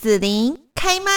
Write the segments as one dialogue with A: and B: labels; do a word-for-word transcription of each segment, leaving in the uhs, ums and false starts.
A: 子琳开麦。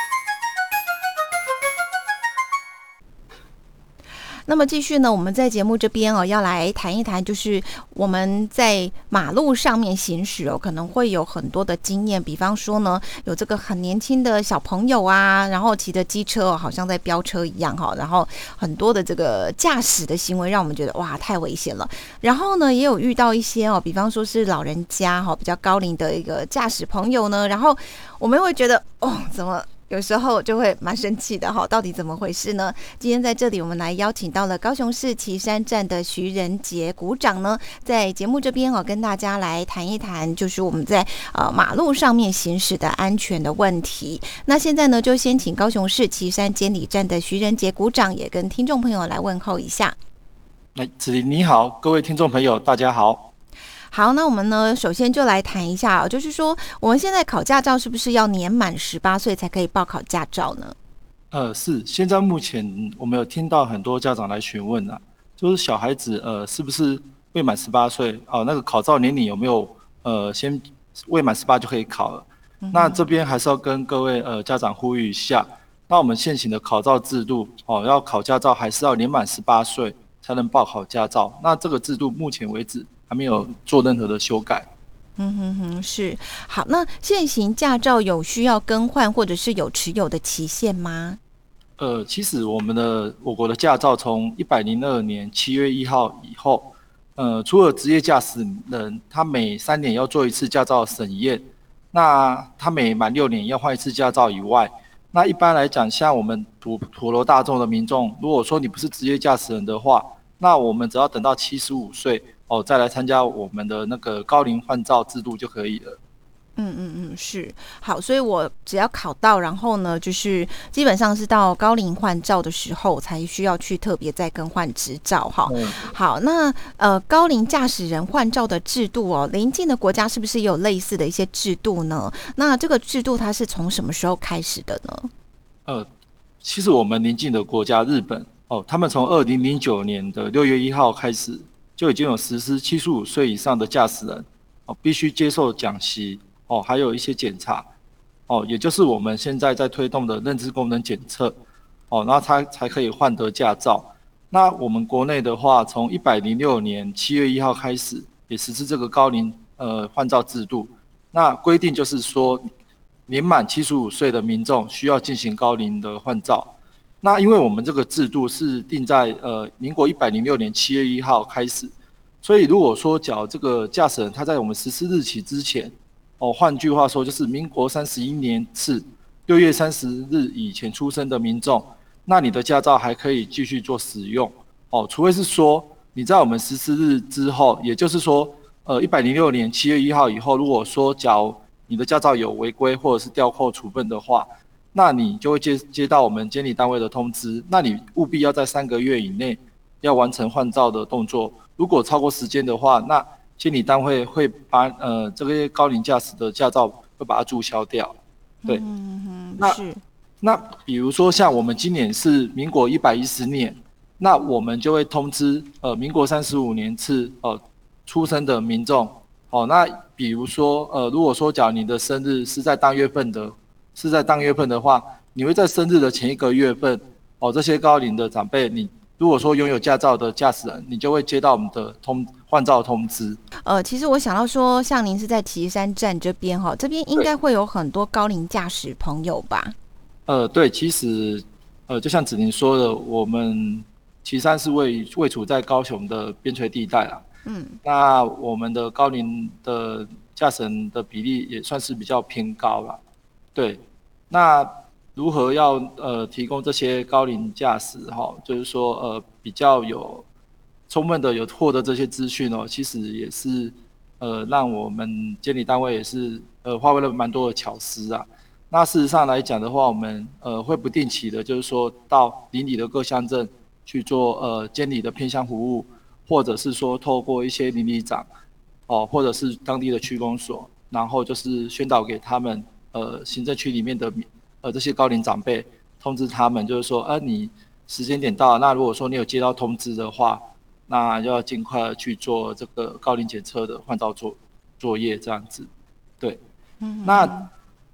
A: 那么继续呢，我们在节目这边哦，要来谈一谈，就是我们在马路上面行驶哦，可能会有很多的经验。比方说呢，有这个很年轻的小朋友啊，然后骑着机车哦，好像在飙车一样哈，然后很多的这个驾驶的行为让我们觉得哇太危险了。然后呢，也有遇到一些哦，比方说是老人家哈，比较高龄的一个驾驶朋友呢，然后我们会觉得哦，怎么？有时候就会蛮生气的哈，到底怎么回事呢？今天在这里，我们来邀请到了高雄市旗山站的徐仁杰股长呢，在节目这边哦，跟大家来谈一谈，就是我们在呃马路上面行驶的安全的问题。那现在呢，就先请高雄市旗山监理站的徐仁杰股长也跟听众朋友来问候一下。
B: 哎，子琳你好，各位听众朋友，大家好。
A: 好，那我们呢，首先就来谈一下、哦，就是说，我们现在考驾照是不是要年满十八岁才可以报考驾照呢？
B: 呃，是，现在目前我们有听到很多家长来询问啊，就是小孩子呃是不是未满十八岁哦、呃，那个考照年龄有没有呃先未满十八就可以考了？嗯、那这边还是要跟各位呃家长呼吁一下，那我们现行的考照制度哦，要考驾照还是要年满十八岁才能报考驾照，那这个制度目前为止还没有做任何的修改。
A: 嗯哼哼，是。好，那现行驾照有需要更换或者是有持有的期限吗？
B: 呃，其实我们的我国的驾照从一百零二年七月一号以后，呃，除了职业驾驶人他每三年要做一次驾照审验，那他每满六年要换一次驾照以外，那一般来讲，像我们普普罗大众的民众，如果说你不是职业驾驶人的话，那我们只要等到七十五岁哦，再来参加我们的那个高龄换照制度就可以了。
A: 嗯嗯嗯，是。好，所以我只要考到，然后呢，就是基本上是到高龄换照的时候才需要去特别再更换执照哈。
B: 嗯、
A: 好，那呃高龄驾驶人换照的制度哦，邻近的国家是不是也有类似的一些制度呢？那这个制度它是从什么时候开始的呢？
B: 呃，其实我们邻近的国家日本哦，他们从二零零九年的六月一号开始就已经有实施七十五岁以上的驾驶人哦必须接受讲习哦，还有一些检查哦，也就是我们现在在推动的认知功能检测哦，然后他才可以换得驾照。那我们国内的话，从一百零六年七月一号开始也实施这个高龄呃换照制度。那规定就是说，年满七十五岁的民众需要进行高龄的换照。那因为我们这个制度是定在呃民国一百零六年七月一号开始，所以如果说假如这个驾驶人他在我们实施日期之前，哦，换句话说就是民国三十一年次六月三十日以前出生的民众，那你的驾照还可以继续做使用。哦，除非是说你在我们实施日之后，也就是说，呃，一百零六年七月一号以后，如果说假如你的驾照有违规或者是吊扣处分的话，那你就会接接到我们监理单位的通知，那你务必要在三个月以内要完成换照的动作。如果超过时间的话，那监理单位会把呃这些高龄驾驶的驾照会把它注销掉。对，
A: 嗯
B: 那
A: 是。
B: 那比如说像我们今年是民国一百一十年，那我们就会通知呃民国三十五年次呃出生的民众。哦，那比如说，呃，如果说假如你的生日是在当月份的，是在当月份的话，你会在生日的前一个月份，哦，这些高龄的长辈，你如果说拥有驾照的驾驶人，你就会接到我们的通换照通知。
A: 呃，其实我想到说，像您是在旗山站这边哈，这边应该会有很多高龄驾驶朋友吧？
B: 呃，对，其实，呃，就像子宁说的，我们旗山是位位处在高雄的边陲地带啦。嗯，那我们的高龄的驾驶人的比例也算是比较偏高了。对，那如何要呃提供这些高龄驾驶哈，就是说呃比较有充分的有获得这些资讯哦，其实也是呃让我们监理单位也是呃花费了蛮多的巧思啊。那事实上来讲的话，我们呃会不定期的，就是说到邻里的各乡镇去做呃监理的偏乡服务。或者是说透过一些邻里长，哦，或者是当地的区公所，然后就是宣导给他们，呃，行政区里面的呃这些高龄长辈，通知他们，就是说，呃，你时间点到了，那如果说你有接到通知的话，那就要尽快去做这个高龄检测的换照作作业，这样子，对，嗯、那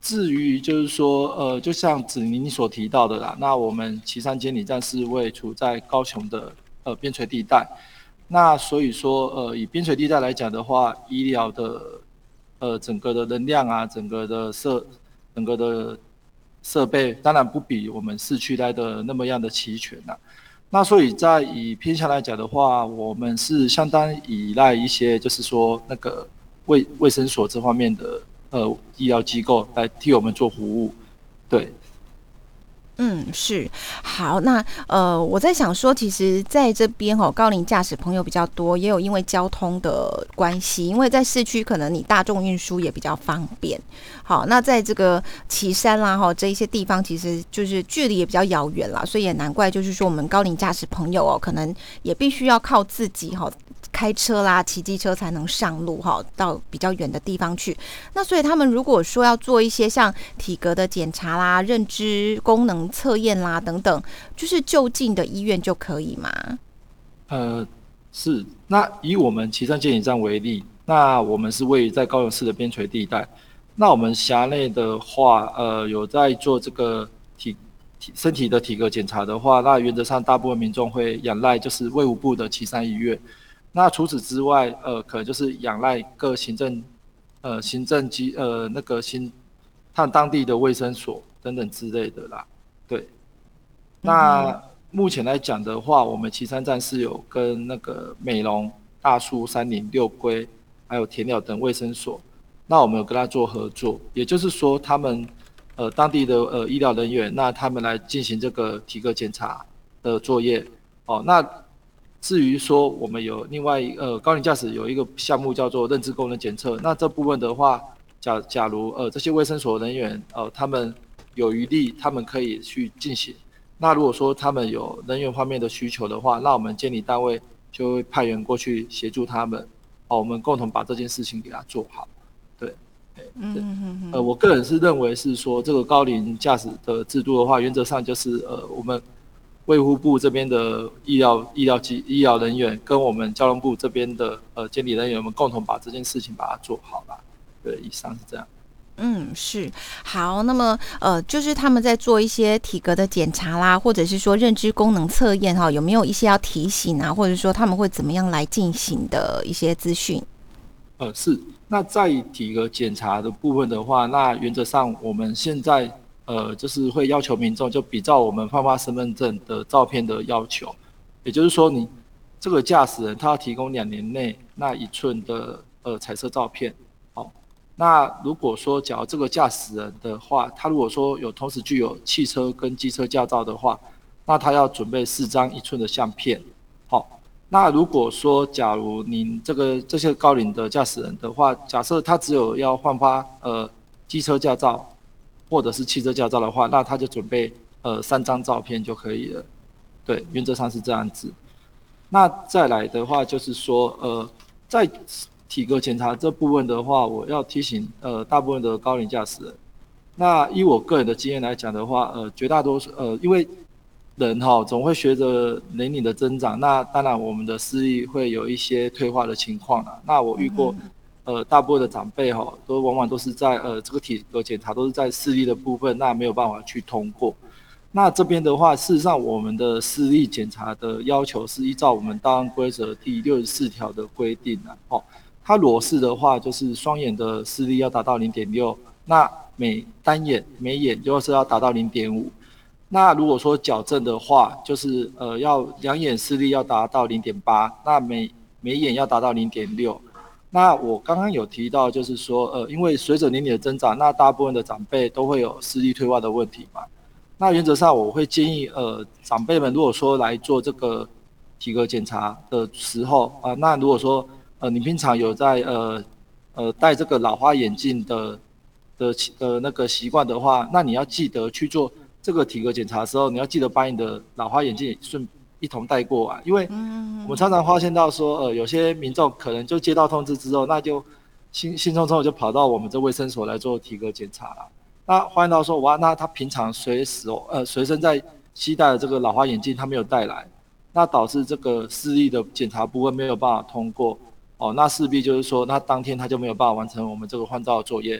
B: 至于就是说，呃，就像子宁所提到的啦，那我们旗山监理站是位处在高雄的呃边陲地带，那所以说，呃，以边陲地带来讲的话，医疗的呃整个的能量啊，整个的设整个的设备，当然不比我们市区来的那么样的齐全呐、那所以在以偏向来讲的话，我们是相当依赖一些，就是说那个卫卫生所这方面的呃医疗机构来替我们做服务，对。
A: 嗯，是。好，那呃，我在想说，其实在这边哦，高龄驾驶朋友比较多，也有因为交通的关系，因为在市区可能你大众运输也比较方便。好，那在这个旗山啦哈这一些地方，其实就是距离也比较遥远啦，所以也难怪就是说我们高龄驾驶朋友哦，可能也必须要靠自己哈。开车啦、骑机车才能上路哈，到比较远的地方去。那所以他们如果说要做一些像体格的检查啦、认知功能测验啦等等，就是就近的医院就可以吗？
B: 呃，是。那以我们旗山监理站为例，那我们是位于在高雄市的边陲地带。那我们辖内的话，呃，有在做这个体体身体的体格检查的话，那原则上大部分民众会仰赖就是卫福部的旗山医院。那除此之外，呃，可能就是仰赖各行政，呃，行政机，呃，那个行，看当地的卫生所等等之类的啦。对。那目前来讲的话，我们旗山站是有跟那个美容、大树、山林、六龟，还有田鸟等卫生所，那我们有跟他做合作，也就是说，他们呃当地的呃医疗人员，那他们来进行这个体格检查的作业。哦，那至于说我们有另外呃高龄驾驶有一个项目叫做认知功能检测，那这部分的话，假假如呃这些卫生所人员呃他们有余力，他们可以去进行。那如果说他们有人员方面的需求的话，那我们监理单位就会派员过去协助他们，哦，我们共同把这件事情给他做好。对，
A: 嗯嗯嗯，
B: 呃，我个人是认为是说这个高龄驾驶的制度的话，原则上就是呃我们卫福部这边的医疗医疗机医疗人员跟我们交通部这边的呃监理人员，我们共同把这件事情把它做好啦。对，以上是这样。
A: 嗯，是。好，那么呃，就是他们在做一些体格的检查啦，或者是说认知功能测验哈，有没有一些要提醒啊，或者说他们会怎么样来进行的一些资讯？
B: 呃，是。那在体格检查的部分的话，那原则上我们现在呃就是会要求民众就比照我们换发身份证的照片的要求，也就是说你这个驾驶人他要提供两年内那一寸的呃彩色照片。好，那如果说假如这个驾驶人的话，他如果说有同时具有汽车跟机车驾照的话，那他要准备四张一寸的相片。好，那如果说假如您这个这些高龄的驾驶人的话，假设他只有要换发呃机车驾照或者是汽车驾照的话，那他就准备呃三张照片就可以了。对，原则上是这样子。那再来的话就是说，呃，在体格检查这部分的话，我要提醒呃大部分的高龄驾驶人，那依我个人的经验来讲的话，呃，绝大多数呃，因为人哈总会随着年龄的增长，那当然我们的视力会有一些退化的情况啦。那我遇过，呃，大部分的长辈哈，都往往都是在呃这个体格检查都是在视力的部分，那没有办法去通过。那这边的话，事实上我们的视力检查的要求是依照我们档案规则第六十四条的规定啊，哦，它裸视的话就是双眼的视力要达到零点六，那每单眼每眼就是要达到零点五。那如果说矫正的话，就是呃要两眼视力要达到零点八，那每每眼要达到零点六。那我刚刚有提到，就是说呃，因为随着年龄的增长，那大部分的长辈都会有视力退化的问题嘛。那原则上我会建议呃长辈们如果说来做这个体格检查的时候啊、呃，那如果说呃你平常有在呃呃戴这个老花眼镜的的的那个习惯的话，那你要记得去做这个体格检查的时候，你要记得把你的老花眼镜也顺一同带过啊，因为我们常常发现到说呃有些民众可能就接到通知之后，那就兴兴冲冲的就跑到我们这卫生所来做体格检查了。那发现到说，哇，那他平常随时呃随身在携带的这个老花眼镜，他没有带来，那导致这个视力的检查部分没有办法通过，哦，那势必就是说，那当天他就没有办法完成我们这个换照的作业。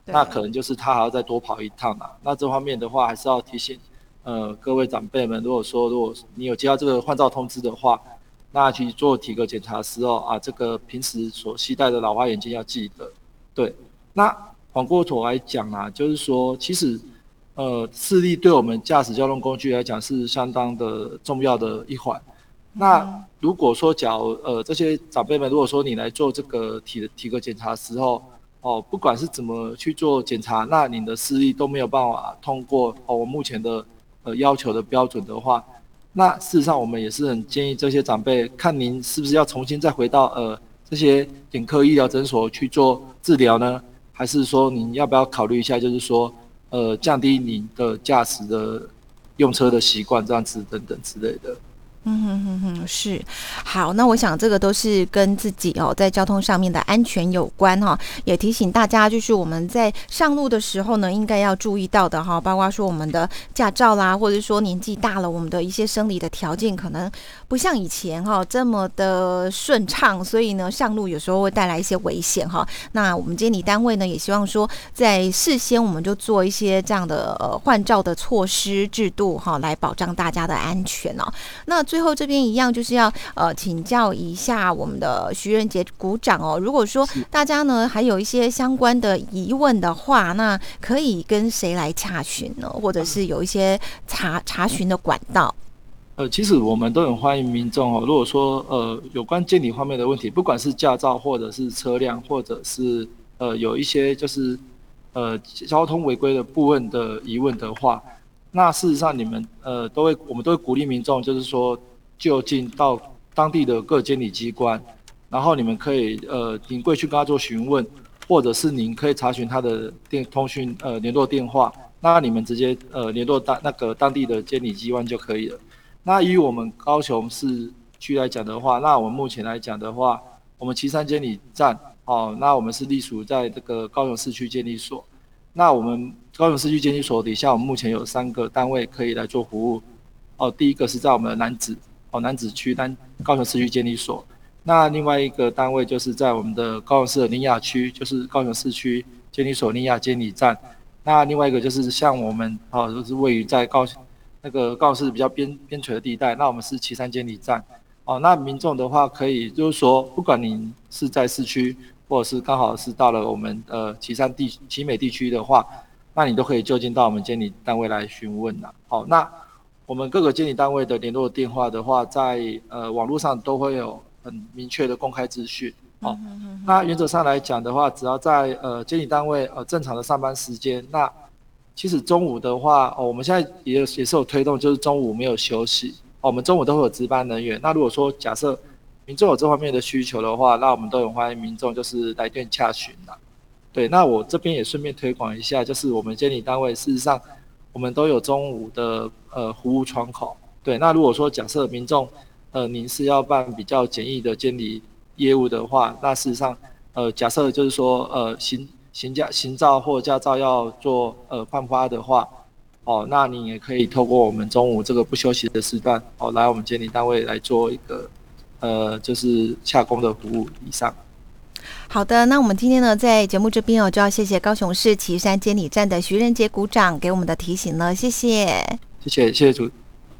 B: 那可能就是他还要再多跑一趟啦。那这方面的话，还是要提醒呃各位长辈们，如果说如果你有接到这个换照通知的话，那去做体格检查的时候啊，这个平时所携带的老花眼镜要记得。对，那反过头来讲啊，就是说其实呃视力对我们驾驶交通工具来讲是相当的重要的一环。那如果说假如呃这些长辈们，如果说你来做这个体体格检查的时候，哦，不管是怎么去做检查，那你的视力都没有办法通过哦我目前的呃要求的标准的话，那事实上我们也是很建议这些长辈，看您是不是要重新再回到呃这些眼科医疗诊所去做治疗呢，还是说您要不要考虑一下，就是说呃降低您的驾驶的用车的习惯这样子等等之类的。
A: 嗯哼哼哼，是。好，那我想这个都是跟自己哦在交通上面的安全有关哈、哦，也提醒大家，就是我们在上路的时候呢，应该要注意到的哈、哦，包括说我们的驾照啦，或者说年纪大了，我们的一些生理的条件可能不像以前哈、哦、这么的顺畅，所以呢上路有时候会带来一些危险哈、哦。那我们监理单位呢也希望说，在事先我们就做一些这样的呃换照的措施制度哈、哦，来保障大家的安全哦。那最后这边一样就是要呃请教一下我们的徐仁杰股长哦，如果说大家呢还有一些相关的疑问的话，那可以跟谁来洽询呢？或者是有一些查查询的管道？
B: 呃，其实我们都很欢迎民众哦。如果说呃有关监理方面的问题，不管是驾照或者是车辆，或者是呃有一些就是呃交通违规的部分的疑问的话，那事实上你们呃都会我们都会鼓励民众，就是说就近到当地的各监理机关，然后你们可以呃您过去跟他做询问，或者是您可以查询他的电通讯呃联络电话，那你们直接呃联络当那个当地的监理机关就可以了。那以我们高雄市区来讲的话，那我们目前来讲的话，我们旗山监理站哦，那我们是隶属在这个高雄市区监理所。那我们高雄市区监理所底下，我们目前有三个单位可以来做服务。哦，第一个是在我们的楠梓哦楠梓区南高雄市区监理所。那另外一个单位就是在我们的高雄市的苓雅区，就是高雄市区监理所苓雅监理站。那另外一个就是像我们哦，就是位于在高雄那个高雄市比较边边陲的地带，那我们是旗山监理站。哦，那民众的话可以就是说，不管您是在市区，或者是刚好是到了我们呃旗山地旗美地区的话，那你都可以就近到我们监理单位来询问啦。好、哦，那我们各个监理单位的联络电话的话，在呃网络上都会有很明确的公开资讯。好、哦，那原则上来讲的话，只要在呃监理单位呃正常的上班时间，那其实中午的话，哦，我们现在也也是有推动，就是中午没有休息。哦、我们中午都会有值班人员。那如果说假设民众有这方面的需求的话，那我们都很欢迎民众就是来电洽询啦。对，那我这边也顺便推广一下，就是我们监理单位事实上我们都有中午的呃服务窗口。对，那如果说假设民众呃您是要办比较简易的监理业务的话，那事实上呃假设就是说呃行行驾行照或驾照要做呃换发的话。哦，那你也可以透过我们中午这个不休息的时段，哦，来我们监理单位来做一个，呃，就是洽公的服务以上。
A: 好的，那我们今天呢，在节目这边哦，就要谢谢高雄市旗山监理站的徐仁杰股长给我们的提醒了，谢谢，
B: 谢谢，谢谢主。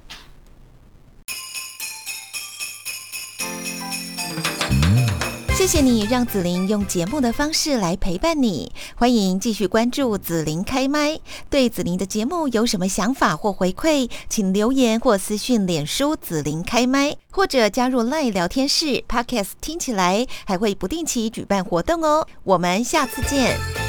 A: 谢谢你让子琳用节目的方式来陪伴你，欢迎继续关注子琳开麦。对子琳的节目有什么想法或回馈，请留言或私讯脸书子琳开麦，或者加入 LINE 聊天室 Podcast 听起来，还会不定期举办活动哦。我们下次见。